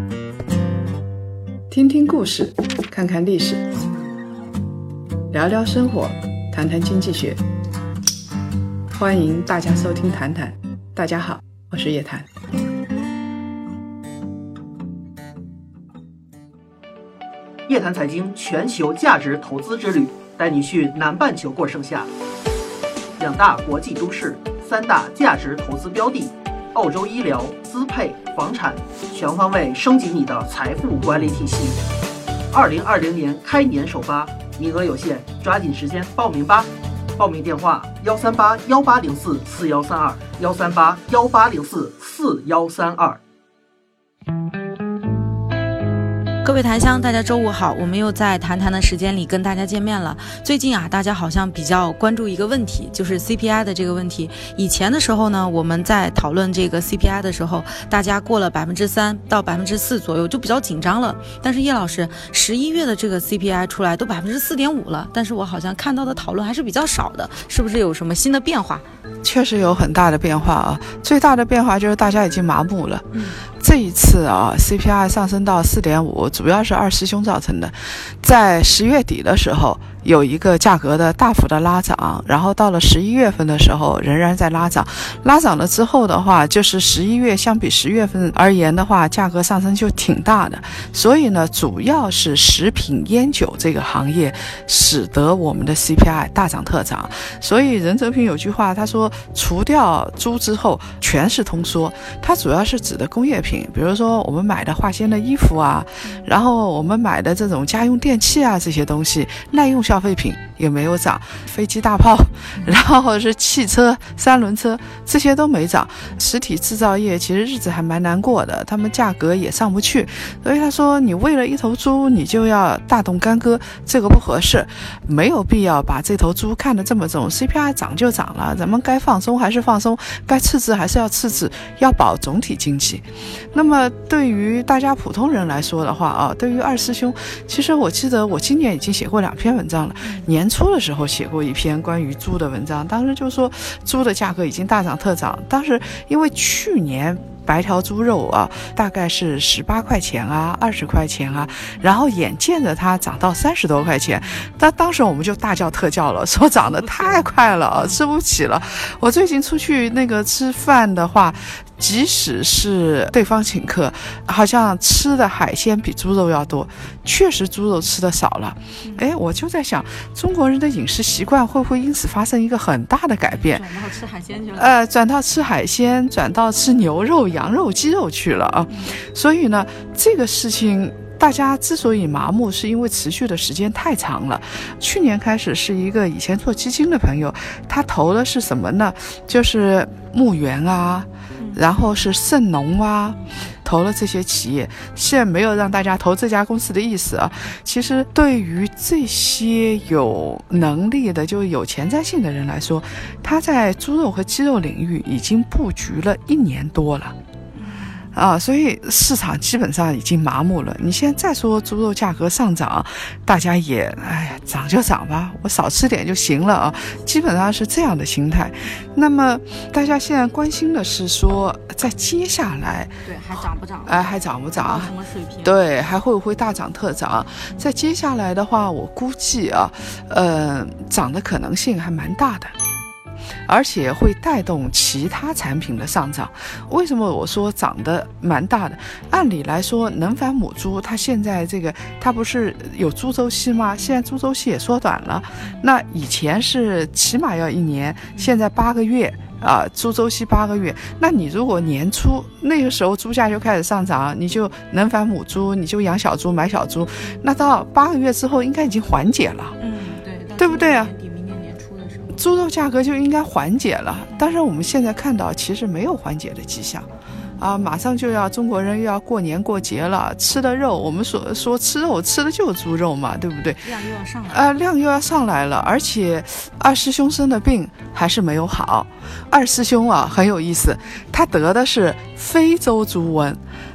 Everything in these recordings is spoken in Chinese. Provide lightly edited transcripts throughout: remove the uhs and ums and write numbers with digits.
听听故事，看看历史，聊聊生活，谈谈经济学。欢迎大家收听谈谈。大家好，我是叶檀。 叶檀财经全球价值投资之旅，带你去南半球过盛夏。2大国际都市，3大价值投资标的，澳洲医疗、资配、房产，全方位升级你的财富管理体系。2020年开年首发，名额有限，抓紧时间报名吧。报名电话13818044132，13818044132。 各位檀香，大家周五好，我们又在谈谈的时间里跟大家见面了。最近大家好像比较关注一个问题，就是 CPI 的这个问题。以前的时候呢，我们在讨论这个 CPI 的时候，大家过了3%到4%左右就比较紧张了。但是叶老师，11月的这个 CPI 出来都4.5%了，但是我好像看到的讨论还是比较少的，是不是有什么新的变化？ 确实有很大的变化啊，最大的变化就是大家已经麻木了。这一次CPI 上升到4.5%，主要是二师兄造成的。在10月底的时候有一个价格的大幅的拉涨，然后到了11月份的时候仍然在拉涨。拉涨了之后的话，就是11月相比10月份而言的话，价格上升就挺大的。所以呢，主要是食品烟酒这个行业使得我们的 CPI 大涨特涨。所以任哲平有句话，他说除掉猪之后全是通缩，它主要是指的工业品，比如说我们买的化纤的衣服啊，然后我们买的这种家用电器啊，这些东西耐用消费品也没有涨，飞机大炮，然后是汽车、3轮车，这些都没涨。实体制造业其实日子还蛮难过的，他们价格也上不去。所以他说你为了一头猪你就要大动干戈，这个不合适，没有必要把这头猪看得这么重。 CPI 涨就涨了，咱们该放松还是放松，该赤字还是要赤字，要保总体经济。那么对于大家普通人来说的话对于二师兄，其实我记得我今年已经写过2篇文章了。年初的时候写过一篇关于猪的文章，当时就说猪的价格已经大涨特涨。当时因为去年白条猪肉大概是18块钱20块钱然后眼见着它涨到30多块钱，但当时我们就大叫特叫了，说涨得太快了吃不起了。我最近出去吃饭的话，即使是对方请客，好像吃的海鲜比猪肉要多，确实猪肉吃的少了。我就在想，中国人的饮食习惯会不会因此发生一个很大的改变？ 转到吃海鲜去了。 转到吃海鲜，转到吃牛肉、羊肉、鸡肉去了所以呢，这个事情大家之所以麻木，是因为持续的时间太长了。去年开始是一个以前做基金的朋友，他投的是什么呢？就是牧原然后是盛农投了这些企业。现在没有让大家投这家公司的意思其实对于这些有能力的，就有前瞻性的人来说，他在猪肉和鸡肉领域已经布局了1年多了所以市场基本上已经麻木了。你现在再说猪肉价格上涨，大家也涨就涨吧，我少吃点就行了基本上是这样的心态。那么大家现在关心的是说，在接下来对还涨不涨还涨不涨， 什么水平？ 对，还会不会大涨特涨？在接下来的话，我估计涨的可能性还蛮大的，而且会带动其他产品的上涨。为什么我说涨得蛮大的？按理来说，能繁母猪它现在它不是有猪周期吗？现在猪周期也缩短了，那以前是起码要1年，现在8个月猪周期8个月。那你如果年初那个时候猪价就开始上涨，你就能繁母猪，你就养小猪买小猪，那到8个月之后应该已经缓解了，对不对猪肉价格就应该缓解了。但是我们现在看到其实没有缓解的迹象马上就要中国人又要过年过节了，吃的肉我们说吃肉吃的就是猪肉嘛，对不对？ 量又要上来量又要上来了，而且二师兄生的病还是没有好。二师兄很有意思，他得的是非洲猪瘟，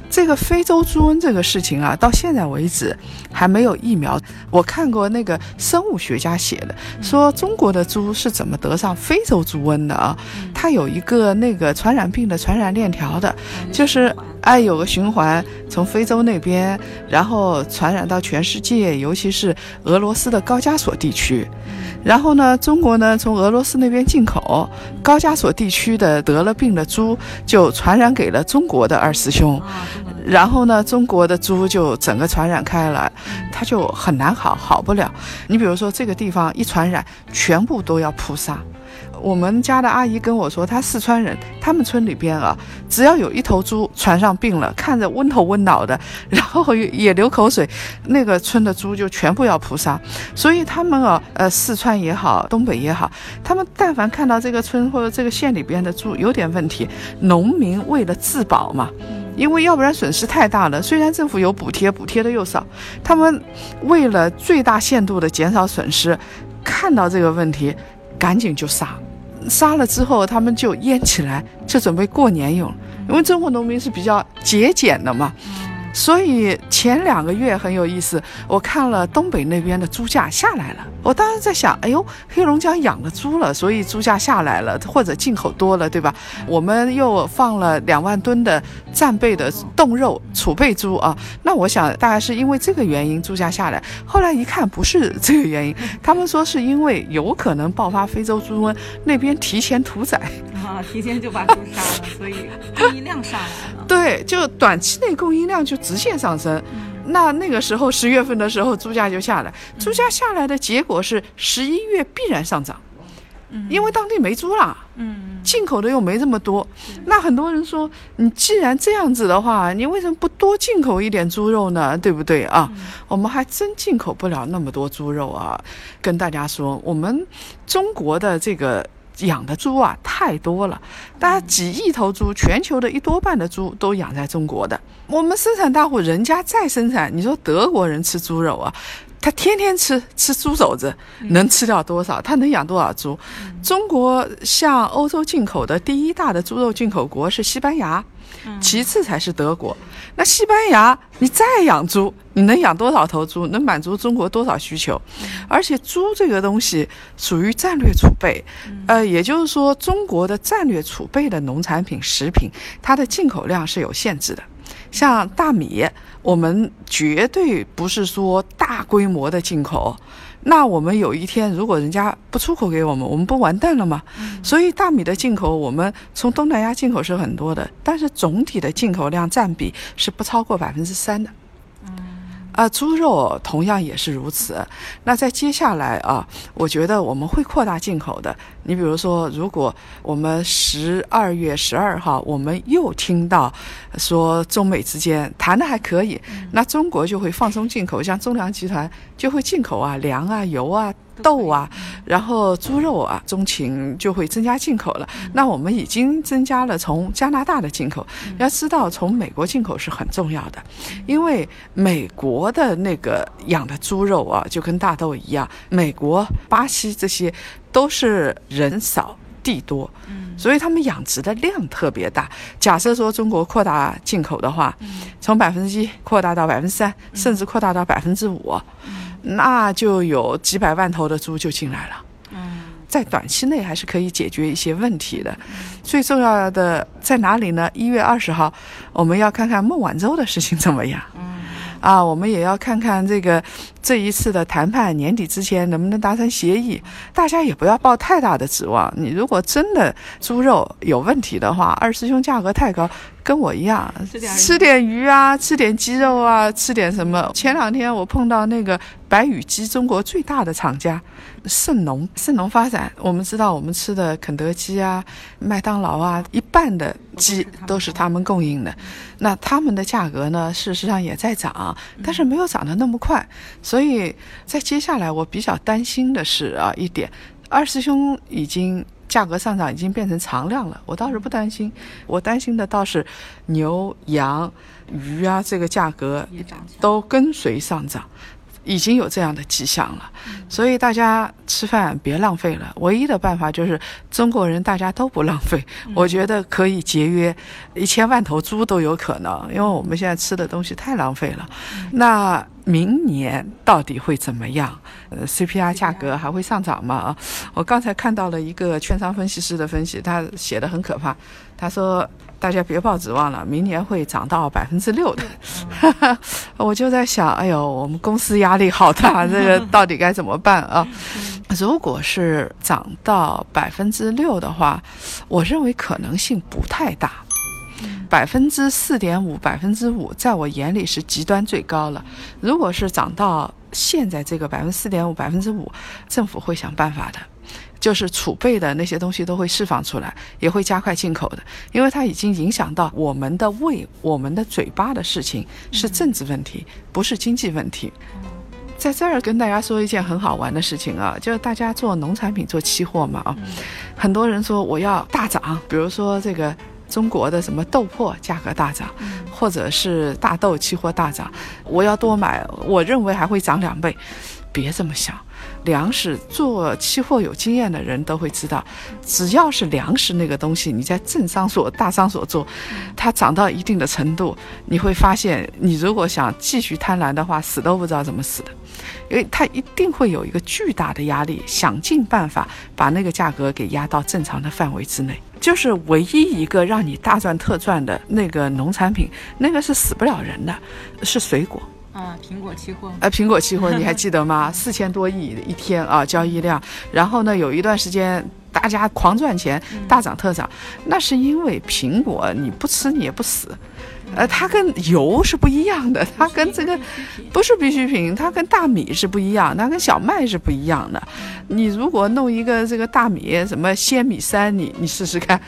这个非洲猪瘟这个事情啊，到现在为止还没有疫苗。我看过那个生物学家写的，说中国的猪是怎么得上非洲猪瘟的啊？它有一个那个传染病的传染链条的，就是有个循环，从非洲那边，然后传染到全世界，尤其是俄罗斯的高加索地区。然后呢，中国呢从俄罗斯那边进口，高加索地区的得了病的猪就传染给了中国的二师兄，然后呢中国的猪就整个传染开了，它就很难好不了。你比如说这个地方一传染，全部都要扑杀。我们家的阿姨跟我说，她四川人，他们村里边啊，只要有一头猪传上病了，看着温头温脑的，然后也流口水，那个村的猪就全部要扑杀。所以他们四川也好，东北也好，他们但凡看到这个村或者这个县里边的猪有点问题，农民为了自保嘛，因为要不然损失太大了，虽然政府有补贴的又少，他们为了最大限度的减少损失，看到这个问题赶紧就杀了之后他们就腌起来，就准备过年用。因为中国农民是比较节俭的嘛，所以前2个月很有意思，我看了东北那边的猪价下来了，我当时在想，哎呦，黑龙江养了猪了，所以猪价下来了，或者进口多了，对吧？我们又放了2万吨的战备的冻肉储备猪啊，那我想大概是因为这个原因猪价下来。后来一看不是这个原因，他们说是因为有可能爆发非洲猪瘟，那边提前屠宰提前就把猪杀了，所以供应量上来了。 对，就短期内供应量就直线上升。那个时候10月份的时候猪价就下来，猪价下来的结果是11月必然上涨，因为当地没猪啦，进口的又没这么多。那很多人说，你既然这样子的话，你为什么不多进口一点猪肉呢？对不对啊？我们还真进口不了那么多猪肉啊。跟大家说，我们中国的这个养的猪啊太多了，大概几亿头猪，全球的1多半的猪都养在中国的。我们生产大户，人家再生产，你说德国人吃猪肉啊，他天天吃猪肘子，能吃掉多少？他能养多少猪？中国向欧洲进口的第1大的猪肉进口国是西班牙，其次才是德国。那西班牙你再养猪，你能养多少头猪？能满足中国多少需求？而且猪这个东西属于战略储备，也就是说中国的战略储备的农产品食品，它的进口量是有限制的。像大米，我们绝对不是说大规模的进口，那我们有一天如果人家不出口给我们，我们不完蛋了吗？所以大米的进口我们从东南亚进口是很多的，但是总体的进口量占比是不超过3%的。猪肉同样也是如此。那在接下来啊，我觉得我们会扩大进口的。你比如说，如果我们12月12号我们又听到说中美之间谈的还可以，那中国就会放松进口，像中粮集团就会进口粮啊、油啊、豆啊，然后猪肉啊，中禽就会增加进口了。那我们已经增加了从加拿大的进口，要知道从美国进口是很重要的，因为美国的那个养的猪肉啊，就跟大豆一样，美国、巴西这些都是人少地多，所以他们养殖的量特别大。假设说中国扩大进口的话，从1%扩大到3%，甚至扩大到5%，那就有几百万头的猪就进来了。在短期内还是可以解决一些问题的。最重要的在哪里呢？1月20号我们要看看孟晚舟的事情怎么样。我们也要看看这一次的谈判年底之前能不能达成协议。大家也不要抱太大的指望，你如果真的猪肉有问题的话，二师兄价格太高，跟我一样吃点鱼啊，吃点鸡肉啊，吃点什么。前2天我碰到那个白羽鸡中国最大的厂家盛农发展，我们知道我们吃的肯德基啊、麦当劳啊，一半的鸡都是他们供应的。那他们的价格呢，事实上也在涨，但是没有涨得那么快。所以在接下来我比较担心的是一点，二师兄已经价格上涨已经变成常量了，我倒是不担心。我担心的倒是牛羊鱼啊，这个价格都跟随上涨。 已经有这样的迹象了。所以大家吃饭别浪费了，唯一的办法就是中国人大家都不浪费，我觉得可以节约1000万头猪都有可能，因为我们现在吃的东西太浪费了。那明年到底会怎么样？CPI 价格还会上涨吗？我刚才看到了一个券商分析师的分析，他写得很可怕，他说大家别抱指望了，明年会涨到6%的。我就在想，哎呦，我们公司压力好大，这个到底该怎么办啊？如果是涨到6%的话，我认为可能性不太大。4.5%、5%，在我眼里是极端最高了。如果是涨到现在这个4.5%、5%，政府会想办法的，就是储备的那些东西都会释放出来，也会加快进口的，因为它已经影响到我们的胃、我们的嘴巴的事情，是政治问题，不是经济问题。在这儿跟大家说一件很好玩的事情啊，就是大家做农产品做期货嘛，很多人说我要大涨，比如说这个中国的什么豆粕价格大涨，或者是大豆期货大涨，我要多买，我认为还会涨2倍。别这么想，粮食做期货有经验的人都会知道，只要是粮食那个东西，你在正商所、大商所做，它涨到一定的程度，你会发现你如果想继续贪婪的话，死都不知道怎么死的，因为它一定会有一个巨大的压力，想尽办法把那个价格给压到正常的范围之内。就是唯一一个让你大赚特赚的那个农产品，那个是死不了人的，是水果。 苹果期货。 苹果期货你还记得吗？4000多亿一天啊，交易量。然后呢，有一段时间大家狂赚钱，大涨特涨，那是因为苹果你不吃你也不死。它跟油是不一样的，它跟这个不是必需品，它跟大米是不一样，它跟小麦是不一样的。你如果弄一个这个大米什么鲜米3，你试试看，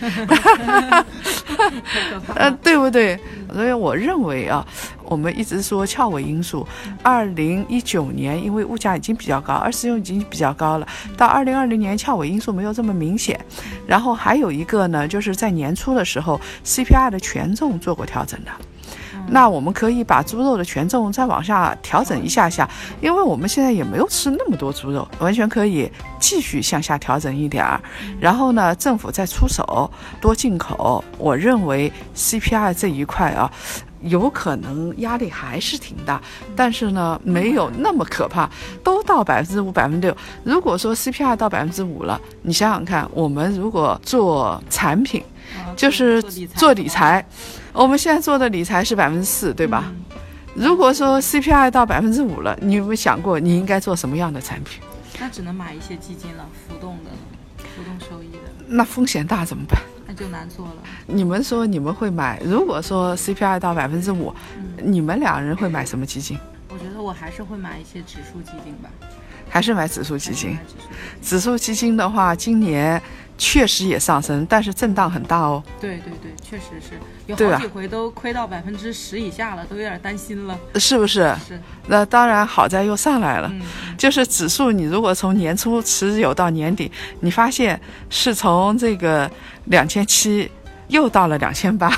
对不对？所以我认为啊，我们一直说翘尾因素，2019年因为物价已经比较高，20用已经比较高了，到2020年翘尾因素没有这么明显。然后还有一个呢，就是在年初的时候 CPI 的权重做过调整的。那我们可以把猪肉的权重再往下调整一下下，因为我们现在也没有吃那么多猪肉，完全可以继续向下调整一点儿。然后呢，政府再出手多进口，我认为 CPI 这一块啊，有可能压力还是挺大，但是呢，没有那么可怕，都到5%、6%。如果说 CPI 到5%了，你想想看，我们如果做产品，就是做理财，我们现在做的理财是4%，对吧？如果说 CPI 到5%了，你有没有想过你应该做什么样的产品？ 那只能买一些基金了，浮动收益的。 那风险大怎么办？ 那就难做了。 你们说你们会买，如果说 CPI 到5%，你们2人会买什么基金？ 我觉得我还是会买一些指数基金吧。 还是买指数基金？指数基金的话，今年确实也上升，但是震荡很大哦。 对，确实是有好几回都亏到10%以下了，都有点担心了，是不是？ 是。 那当然好在又上来了，就是指数，你如果从年初持有到年底，你发现是从这个2700又到了2800。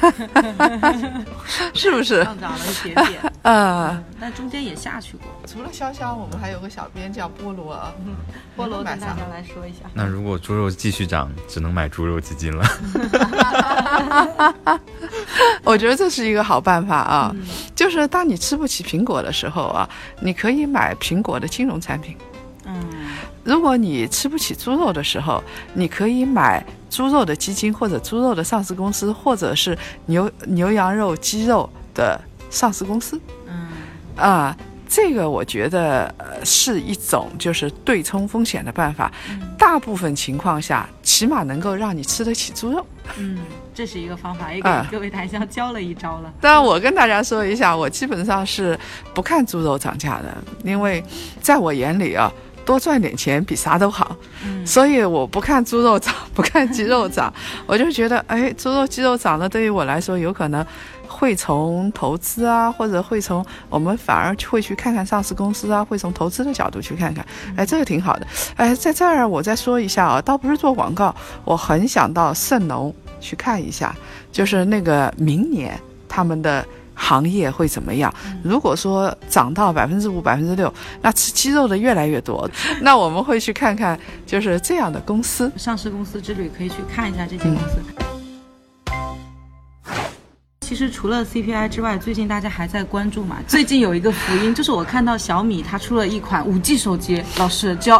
是不是上涨了一点点？但中间也下去过。 除了潇潇，我们还有个小编叫菠萝啊。 菠萝跟大家来说一下。 那如果猪肉继续涨，只能买猪肉基金了。 我觉得这是一个好办法啊，就是当你吃不起苹果的时候啊，你可以买苹果的金融产品。如果你吃不起猪肉的时候，你可以买猪肉的基金，或者猪肉的上市公司，或者是牛羊肉、鸡肉的上市公司。这个我觉得是一种就是对冲风险的办法，大部分情况下起码能够让你吃得起猪肉。 这是一个方法，也给各位檀香教了一招了。 当然我跟大家说一下，我基本上是不看猪肉涨价的，因为在我眼里啊，多赚点钱比啥都好，所以我不看猪肉涨，不看鸡肉涨，我就觉得猪肉鸡肉涨了，对于我来说有可能会从投资啊，或者会从我们反而会去看看上市公司啊，会从投资的角度去看看，这个挺好的。在这儿我再说一下啊，倒不是做广告，我很想到盛农去看一下，就是那个明年他们的行业会怎么样？如果说涨到5%、6%，那吃鸡肉的越来越多，那我们会去看看，就是这样的公司。 上市公司之旅可以去看一下这些公司。其实除了 CPI 之外，最近大家还在关注嘛？最近有一个福音，就是我看到小米它出了一款5G 手机，老师只要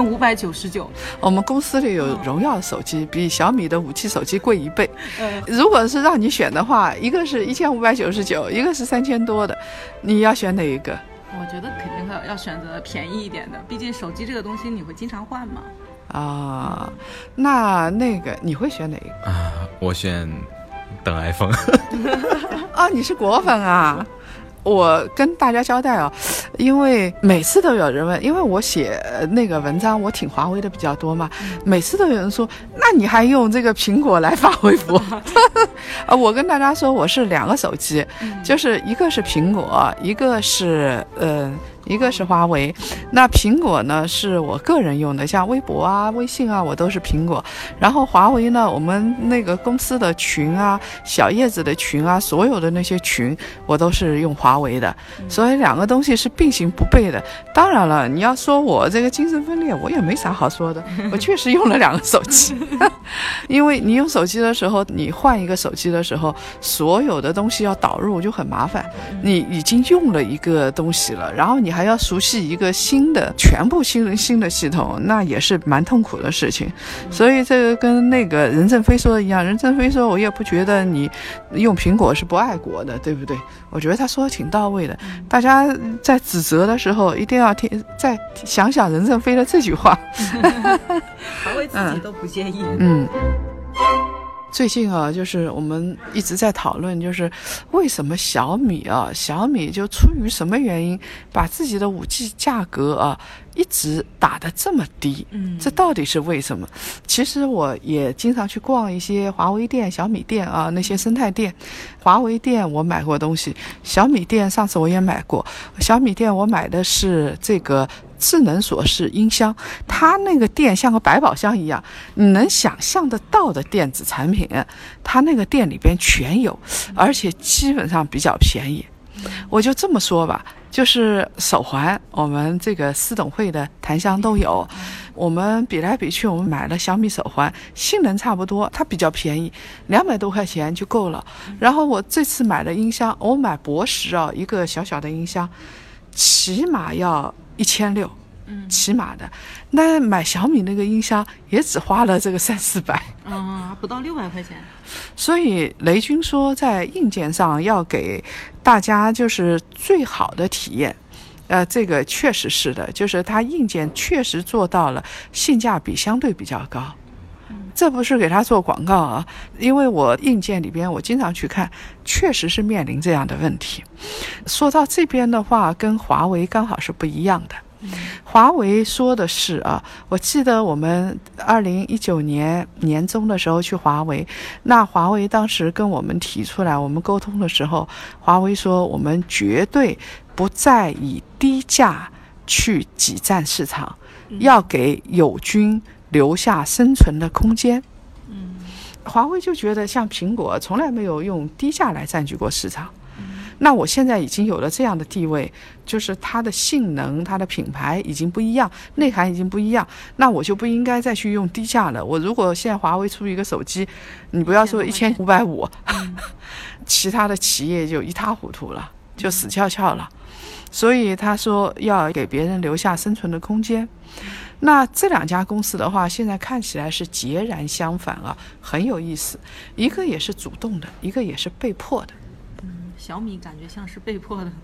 1599。 我们公司里有荣耀手机，比小米的5G 手机贵1倍。如果是让你选的话，一个是1599，一个是3000多的，你要选哪一个？ 我觉得肯定要选择便宜一点的，毕竟手机这个东西你会经常换嘛。 啊，那个你会选哪一个？ 我选等 iPhone。 你是果粉啊？我跟大家交代哦，因为每次都有人问，因为我写那个文章我挺华为的比较多嘛，每次都有人说，那你还用这个苹果来发微博？我跟大家说，我是2个手机，就是一个是苹果，一个是华为。那苹果呢是我个人用的，像微博啊、微信啊，我都是苹果。然后华为呢，我们那个公司的群啊、小叶子的群啊，所有的那些群，我都是用华为的。所以2个东西是并行不悖的。当然了，你要说我这个精神分裂，我也没啥好说的。我确实用了2个手机，因为你用手机的时候，你换一个手机的时候，所有的东西要导入就很麻烦。你已经用了一个东西了，然后你还要熟悉一个全部新的系统，那也是蛮痛苦的事情。所以这个跟那个任正非说的一样，任正非说我也不觉得你用苹果是不爱国的，对不对？我觉得他说的挺到位的。大家在指责的时候一定要再想想任正非的这句话。 华为自己都不介意。 最近就是我们一直在讨论，就是为什么小米就出于什么原因把自己的5G 价格一直打得这么低，这到底是为什么？其实我也经常去逛一些华为店、小米店那些生态店。华为店我买过东西，小米店上次我也买过。小米店我买的是这个智能锁式音箱，它那个店像个百宝箱一样，你能想象得到的电子产品，它那个店里边全有，而且基本上比较便宜。我就这么说吧，就是手环，我们这个四董会的檀香都有。我们比来比去，我们买了小米手环，性能差不多，它比较便宜，200多块钱就够了。然后我这次买的音箱，我买博时一个小小的音箱，起码要1600。起码的，那买小米那个音箱也只花了这个300-400， 不到600块钱。 所以雷军说在硬件上要给大家就是最好的体验，这个确实是的，就是它硬件确实做到了性价比相对比较高。这不是给他做广告因为我硬件里边我经常去看，确实是面临这样的问题。说到这边的话，跟华为刚好是不一样的。华为说的是我记得我们2019年年中的时候去华为，那华为当时跟我们提出来，我们沟通的时候，华为说我们绝对不再以低价去挤占市场，要给友军留下生存的空间。华为就觉得像苹果从来没有用低价来占据过市场，那我现在已经有了这样的地位，就是它的性能、它的品牌已经不一样，内涵已经不一样，那我就不应该再去用低价了。我如果现在华为出一个手机，你不要说1550，其他的企业就一塌糊涂了，就死翘翘了。所以他说要给别人留下生存的空间。那这2家公司的话，现在看起来是截然相反很有意思。一个也是主动的，一个也是被迫的。 小米感觉像是被迫的。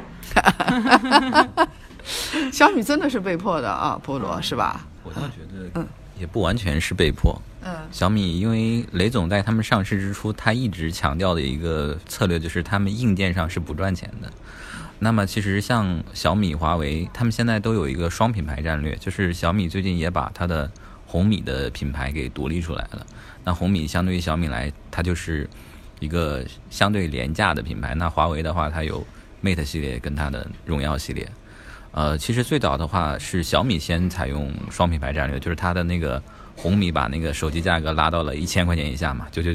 小米真的是被迫的菠萝是吧？ 我倒觉得也不完全是被迫。小米因为雷总在他们上市之初，他一直强调的一个策略就是他们硬件上是不赚钱的。那么其实像小米、华为，他们现在都有一个双品牌战略，就是小米最近也把它的红米的品牌给独立出来了。那红米相对于小米来，它就是一个相对廉价的品牌。那华为的话，它有 Mate 系列跟它的荣耀系列。其实最早的话是小米先采用双品牌战略，就是它的那个红米把那个手机价格拉到了1000块钱以下嘛，999。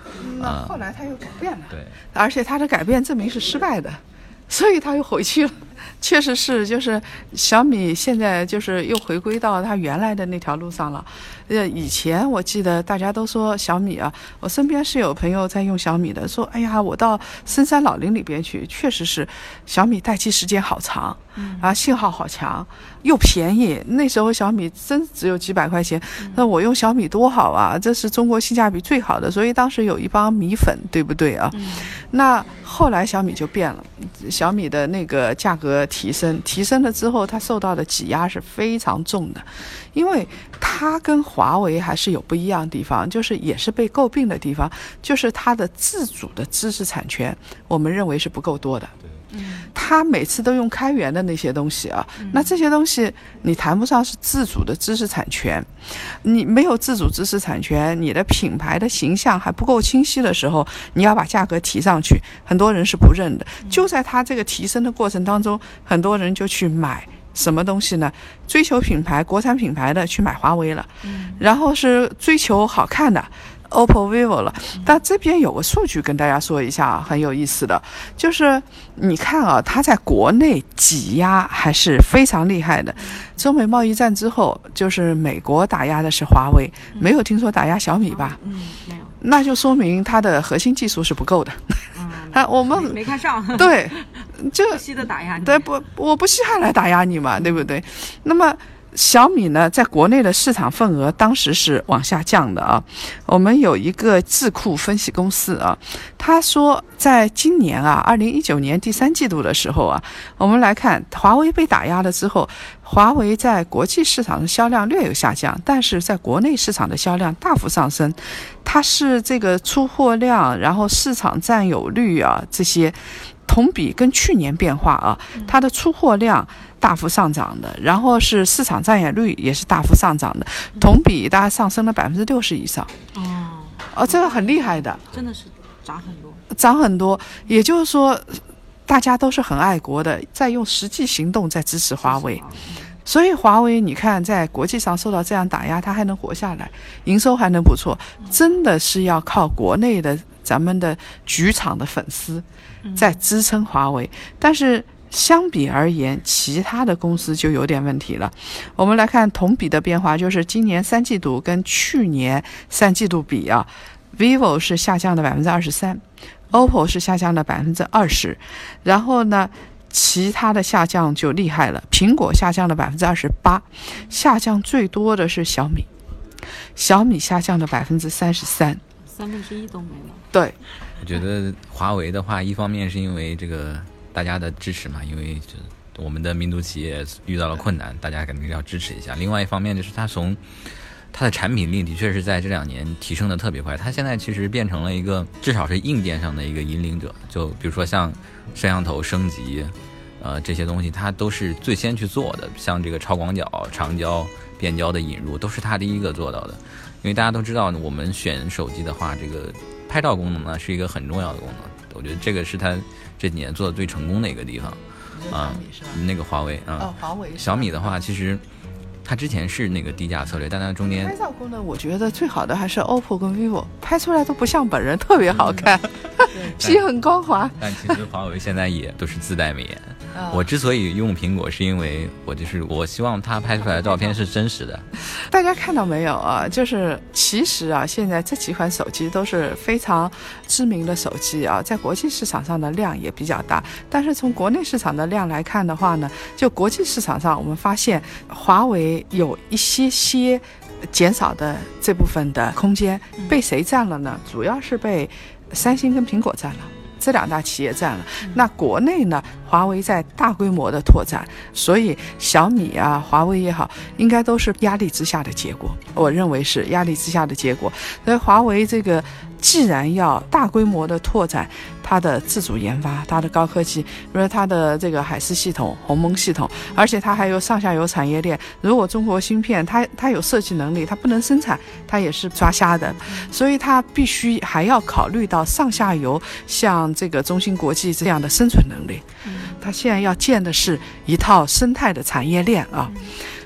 那后来他又改变了， 对， 而且他的改变证明是失败的，所以他又回去了。确实是，就是小米现在就是又回归到它原来的那条路上了。以前我记得大家都说小米啊，我身边是有朋友在用小米的，说哎呀，我到深山老林里边去，确实是小米待机时间好长，信号好强，又便宜。那时候小米真只有几百块钱，那我用小米多好啊，这是中国性价比最好的，所以当时有一帮米粉，对不对啊？那后来小米就变了，小米的那个价格提升了之后，它受到的挤压是非常重的，因为它跟华为还是有不一样的地方，就是也是被诟病的地方，就是它的自主的知识产权，我们认为是不够多的。他每次都用开源的那些东西啊，那这些东西你谈不上是自主的知识产权。你没有自主知识产权，你的品牌的形象还不够清晰的时候，你要把价格提上去，很多人是不认的。就在他这个提升的过程当中，很多人就去买什么东西呢？追求品牌，国产品牌的去买华为了，然后是追求好看的OPPO、vivo 了。但这边有个数据跟大家说一下，很有意思的，就是你看啊，它在国内挤压还是非常厉害的。中美贸易战之后，就是美国打压的是华为，没有听说打压小米吧？ 没有。 那就说明它的核心技术是不够的。我们没看上。 对， 不惜的打压你。 对，我不稀罕来打压你嘛，对不对？那么小米呢，在国内的市场份额当时是往下降的啊。我们有一个智库分析公司啊，他说在今年啊，2019年第3季度的时候啊，我们来看华为被打压了之后，华为在国际市场的销量略有下降，但是在国内市场的销量大幅上升。它是这个出货量，然后市场占有率啊，这些同比跟去年变化啊，它的出货量大幅上涨的，然后是市场占有率也是大幅上涨的，同比大概上升了60%以上。这个很厉害的， 真的是涨很多。也就是说，大家都是很爱国的，在用实际行动在支持华为。所以华为你看在国际上受到这样打压，它还能活下来，营收还能不错，真的是要靠国内的咱们的局厂的粉丝在支撑华为。但是相比而言，其他的公司就有点问题了。我们来看同比的变化，就是今年3季度跟去年3季度比啊， vivo 是下降的23%， OPPO 是下降的20%，然后呢其他的下降就厉害了，苹果下降了28%，下降最多的是小米，小米下降了33%，1/3 都没了。 对， 我觉得华为的话，一方面是因为这个大家的支持嘛，因为我们的民族企业遇到了困难，大家肯定要支持一下。另外一方面就是它的产品力的确是在这2年提升的特别快，它现在其实变成了一个至少是硬件上的一个引领者。就比如说像摄像头升级，这些东西它都是最先去做的，像这个超广角、长焦、变焦的引入都是它第一个做到的。因为大家都知道，我们选手机的话，这个拍照功能呢是一个很重要的功能，我觉得这个是它这几年做的最成功的一个地方啊。那个华为啊， 华为。 小米的话，其实它之前是那个低价策略，但它中间拍照功能，我觉得最好的还是 OPPO 跟 vivo， 拍出来都不像本人，特别好看，皮很光滑。 但其实华为现在也都是自带美颜。我之所以用苹果，是因为我希望它拍出来的照片是真实的。 大家看到没有啊？就是其实啊，现在这几款手机都是非常知名的手机啊，在国际市场上的量也比较大。但是从国内市场的量来看的话呢，就国际市场上我们发现华为有一些减少的这部分的空间被谁占了呢？主要是被三星跟苹果占了。这2大企业占了。那国内呢，华为在大规模的拓展，所以小米啊、华为也好，应该都是压力之下的结果。我认为是压力之下的结果。所以华为这个既然要大规模的拓展它的自主研发，它的高科技，比如说它的这个海思系统、鸿蒙系统，而且它还有上下游产业链。如果中国芯片它有设计能力，它不能生产，它也是抓瞎的。所以它必须还要考虑到上下游，像这个中芯国际这样的生存能力。它现在要建的是一套生态的产业链啊。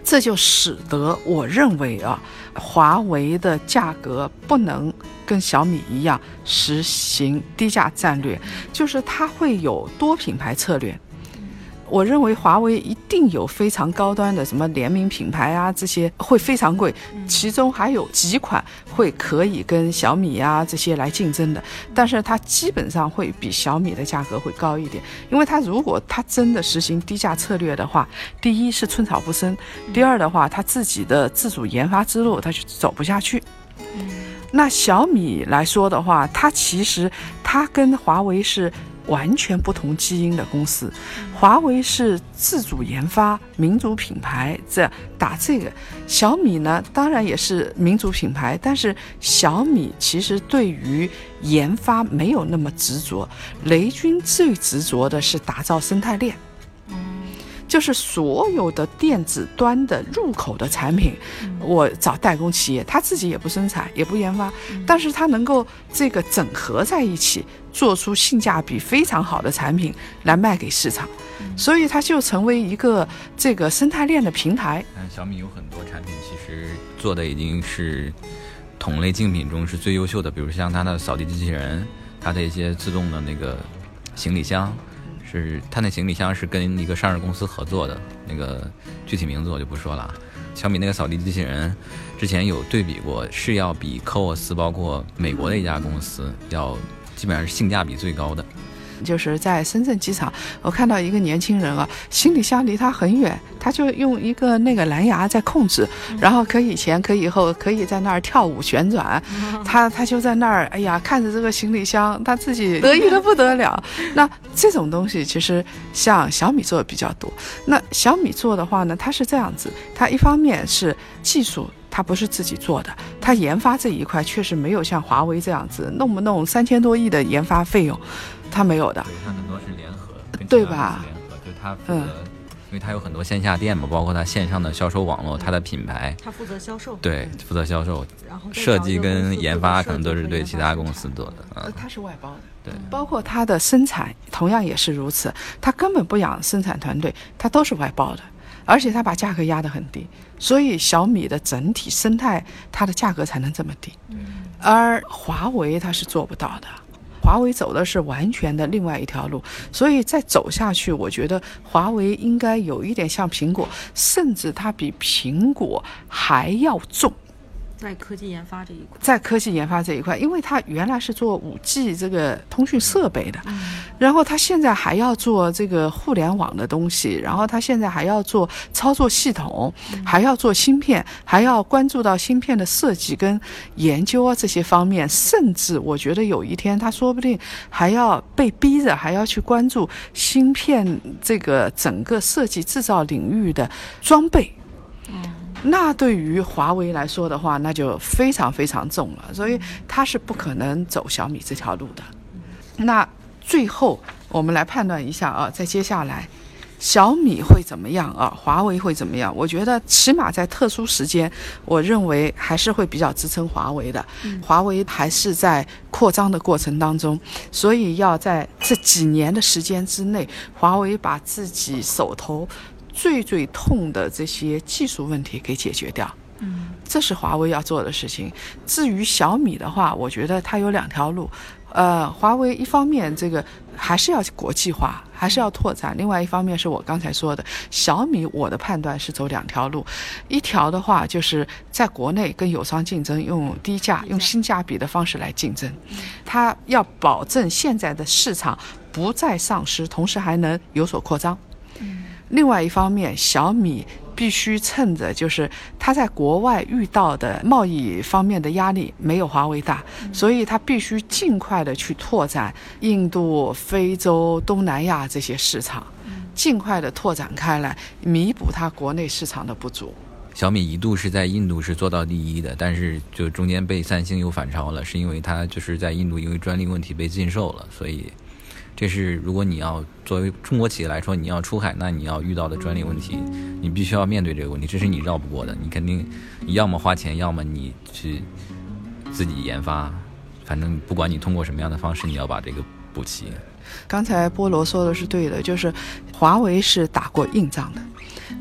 这就使得我认为啊，华为的价格不能跟小米一样实行低价战略，就是它会有多品牌策略。我认为华为一定有非常高端的什么联名品牌啊，这些会非常贵，其中还有几款会可以跟小米啊这些来竞争的，但是它基本上会比小米的价格会高一点，因为它如果它真的实行低价策略的话，第一是寸草不生，第二的话它自己的自主研发之路它就走不下去。那小米来说的话，它其实它跟华为是完全不同基因的公司，华为是自主研发民族品牌，这打这个。小米呢当然也是民族品牌，但是小米其实对于研发没有那么执着，雷军最执着的是打造生态链，就是所有的电子端的入口的产品，我找代工企业，他自己也不生产也不研发，但是他能够这个整合在一起，做出性价比非常好的产品来卖给市场，所以它就成为一个这个生态链的平台。 小米有很多产品其实做的已经是同类竞品中是最优秀的，比如像它的扫地机器人，它的一些自动的那个行李箱，是它那行李箱是跟一个上市公司合作的，那个具体名字我就不说了。小米那个扫地机器人之前有对比过，是要比 COS 包括美国的一家公司要基本上是性价比最高的。 就是在深圳机场，我看到一个年轻人啊，行李箱离他很远，他就用一个那个蓝牙在控制，然后可以前可以后，可以在那儿跳舞旋转，他就在那儿，哎呀，看着这个行李箱，他自己得意的不得了。那这种东西其实像小米做的比较多。那小米做的话呢，它是这样子，它一方面是技术，它不是自己做的，它研发这一块确实没有像华为这样子弄不弄3000多亿的研发费用，它没有的。 它很多是联合， 对吧？ 联合，就是它负责，因为它有很多线下店嘛，包括它线上的销售网络，它的品牌， 它负责销售， 对，负责销售，然后设计跟研发可能都是对其他公司做的。 它是外包的。 对， 包括它的生产同样也是如此，它根本不养生产团队，它都是外包的。而且它把价格压得很低，所以小米的整体生态它的价格才能这么低，而华为它是做不到的，华为走的是完全的另外一条路，所以再走下去，我觉得华为应该有一点像苹果，甚至它比苹果还要重。 在科技研发这一块， 在科技研发这一块，因为它原来是做5G 这个通讯设备的，然后它现在还要做这个互联网的东西，然后它现在还要做操作系统，还要做芯片，还要关注到芯片的设计跟研究啊这些方面，甚至我觉得有一天它说不定还要被逼着还要去关注芯片这个整个设计制造领域的装备。那对于华为来说的话，那就非常非常重了，所以它是不可能走小米这条路的。那最后我们来判断一下啊，在接下来小米会怎么样啊，华为会怎么样？我觉得起码在特殊时间，我认为还是会比较支撑华为的。华为还是在扩张的过程当中，所以要在这几年的时间之内，华为把自己手头最痛的这些技术问题给解决掉，这是华为要做的事情。至于小米的话，我觉得它有2条路，华为一方面这个还是要国际化，还是要拓展，另外一方面是我刚才说的小米，我的判断是走2条路，一条的话就是在国内跟友商竞争，用低价用性价比的方式来竞争，它要保证现在的市场不再丧失，同时还能有所扩张。另外一方面，小米必须趁着就是它在国外遇到的贸易方面的压力没有华为大，所以它必须尽快的去拓展印度、非洲、东南亚这些市场，尽快的拓展开来，弥补它国内市场的不足。 小米一度是在印度是做到第1的，但是就中间被三星又反超了，是因为它就是在印度因为专利问题被禁售了，所以这是如果你要作为中国企业来说，你要出海，那你要遇到的专利问题，你必须要面对这个问题，这是你绕不过的。你肯定你要么花钱，要么你去自己研发，反正不管你通过什么样的方式，你要把这个补齐。 刚才菠萝说的是对的，就是华为是打过硬仗的，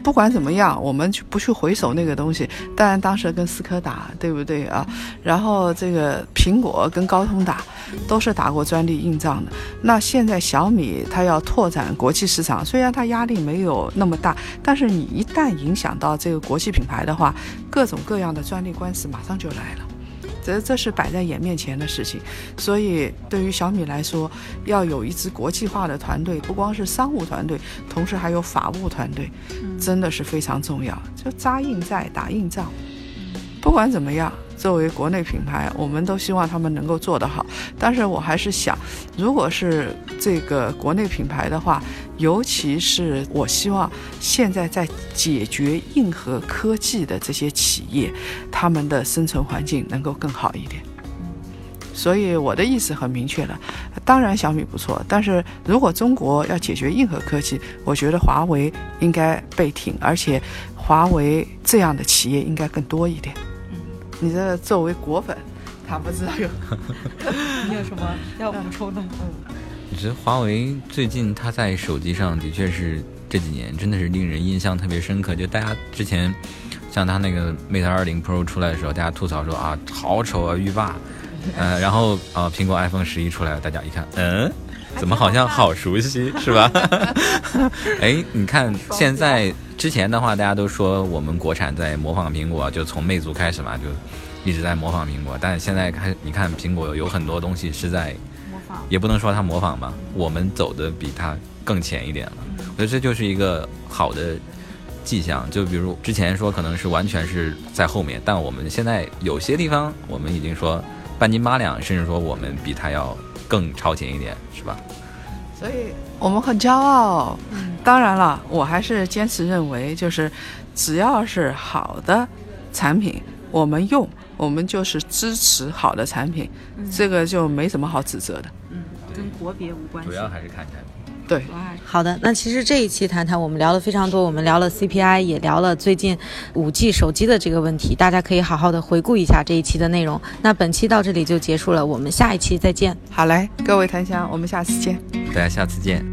不管怎么样，我们不去回首那个东西。当然当时跟思科打，对不对啊？然后这个苹果跟高通打，都是打过专利硬仗的。那现在小米它要拓展国际市场，虽然它压力没有那么大，但是你一旦影响到这个国际品牌的话，各种各样的专利官司马上就来了。这是摆在眼面前的事情，所以对于小米来说，要有一支国际化的团队，不光是商务团队，同时还有法务团队，真的是非常重要。就扎硬寨打硬仗，不管怎么样，作为国内品牌，我们都希望他们能够做得好。但是我还是想，如果是这个国内品牌的话，尤其是我希望现在在解决硬核科技的这些企业，他们的生存环境能够更好一点。所以我的意思很明确了，当然小米不错，但是如果中国要解决硬核科技，我觉得华为应该被挺，而且华为这样的企业应该更多一点。你这作为果粉，他不知道你有什么要补充的？ 我觉得华为最近它在手机上的确是这几年真的是令人印象特别深刻。就大家之前像它那个 Mate 20 Pro 出来的时候，大家吐槽说啊好丑啊浴霸，然后苹果 iPhone 11出来了，大家一看怎么好像好熟悉是吧？哎，你看现在之前的话，大家都说我们国产在模仿苹果，就从魅族开始嘛，就一直在模仿苹果。但是现在你看苹果有很多东西是在模仿，也不能说它模仿吧，我们走的比它更前一点了。我觉得这就是一个好的迹象。就比如之前说可能是完全是在后面，但我们现在有些地方我们已经说半斤八两，甚至说我们比它要更超前一点，是吧？ 所以我们很骄傲。当然了，我还是坚持认为，就是只要是好的产品，我们用，我们就是支持好的产品，这个就没什么好指责的。 跟国别无关系， 主要还是看产品。 对， 好的，那其实这一期谈谈我们聊了非常多，我们聊了 CPI， 也聊了最近5G 手机的这个问题，大家可以好好的回顾一下这一期的内容。那本期到这里就结束了，我们下一期再见。 好嘞，各位檀香，我们下次见。 大家下次见。